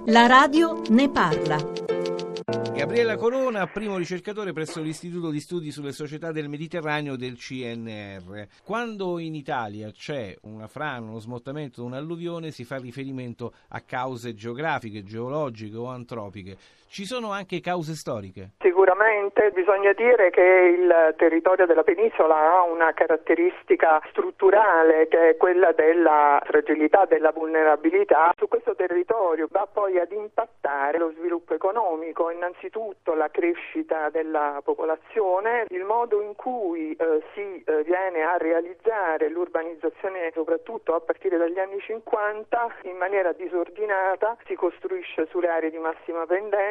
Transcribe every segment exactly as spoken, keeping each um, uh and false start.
La radio ne parla. Gabriella Corona, primo ricercatore presso l'Istituto di Studi sulle Società del Mediterraneo del C N R. Quando in Italia c'è una frana, uno smottamento, un'alluvione, si fa riferimento a cause geografiche, geologiche o antropiche. Ci sono anche cause storiche? Sicuramente bisogna dire che il territorio della penisola ha una caratteristica strutturale che è quella della fragilità, della vulnerabilità. Su questo territorio va poi ad impattare lo sviluppo economico, innanzitutto la crescita della popolazione, il modo in cui eh, si eh, viene a realizzare l'urbanizzazione soprattutto a partire dagli anni cinquanta in maniera disordinata, si costruisce sulle aree di massima pendenza,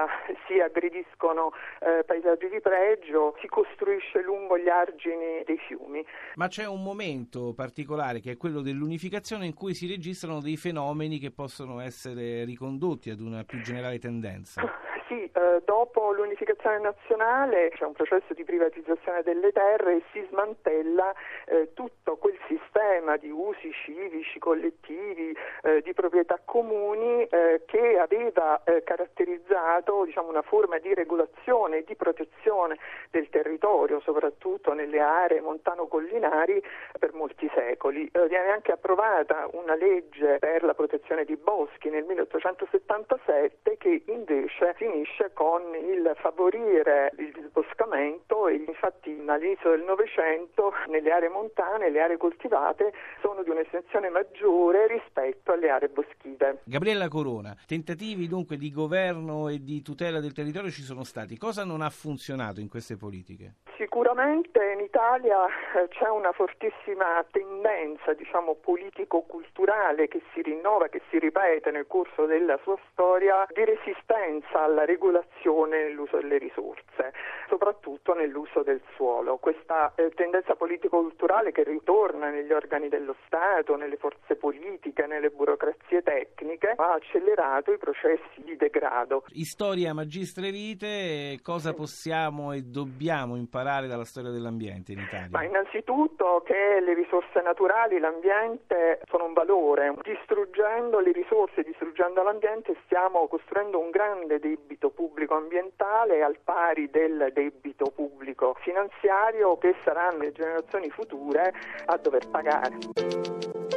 si aggrediscono eh, paesaggi di pregio, si costruisce lungo gli argini dei fiumi. Ma c'è un momento particolare che è quello dell'unificazione in cui si registrano dei fenomeni che possono essere ricondotti ad una più generale tendenza. Sì, eh, dopo l'unificazione nazionale c'è un processo di privatizzazione delle terre e si smantella eh, tutto quel sistema di usi civici, collettivi, eh, di proprietà comuni eh, che aveva eh, caratterizzato diciamo, una forma di regolazione e di protezione del territorio, soprattutto nelle aree montano-collinari, per molti secoli. Eh, viene anche approvata una legge per la protezione di boschi nel milleottocentosettantasette che invece finisce con il favorire il disboscamento e infatti all'inizio del Novecento nelle aree montane le aree coltivate sono di un'estensione maggiore rispetto alle aree boschive. Gabriella Corona, tentativi dunque di governo e di tutela del territorio ci sono stati. Cosa non ha funzionato in queste politiche? Sicuramente in Italia c'è una fortissima tendenza, diciamo, politico-culturale che si rinnova, che si ripete nel corso della sua storia, di resistenza alla regolazione nell'uso delle risorse, soprattutto nell'uso del suolo. Questa eh, tendenza politico-culturale che ritorna negli organi dello Stato, nelle forze politiche, nelle burocrazie tecniche, ha accelerato i processi di degrado. Storia magistra vitae, cosa possiamo e dobbiamo imparare dalla storia dell'ambiente in Italia? Ma innanzitutto che le risorse naturali, l'ambiente sono un valore. Distruggendo le risorse, distruggendo l'ambiente stiamo costruendo un grande debito pubblico ambientale al pari del debito pubblico finanziario che saranno le generazioni future a dover pagare.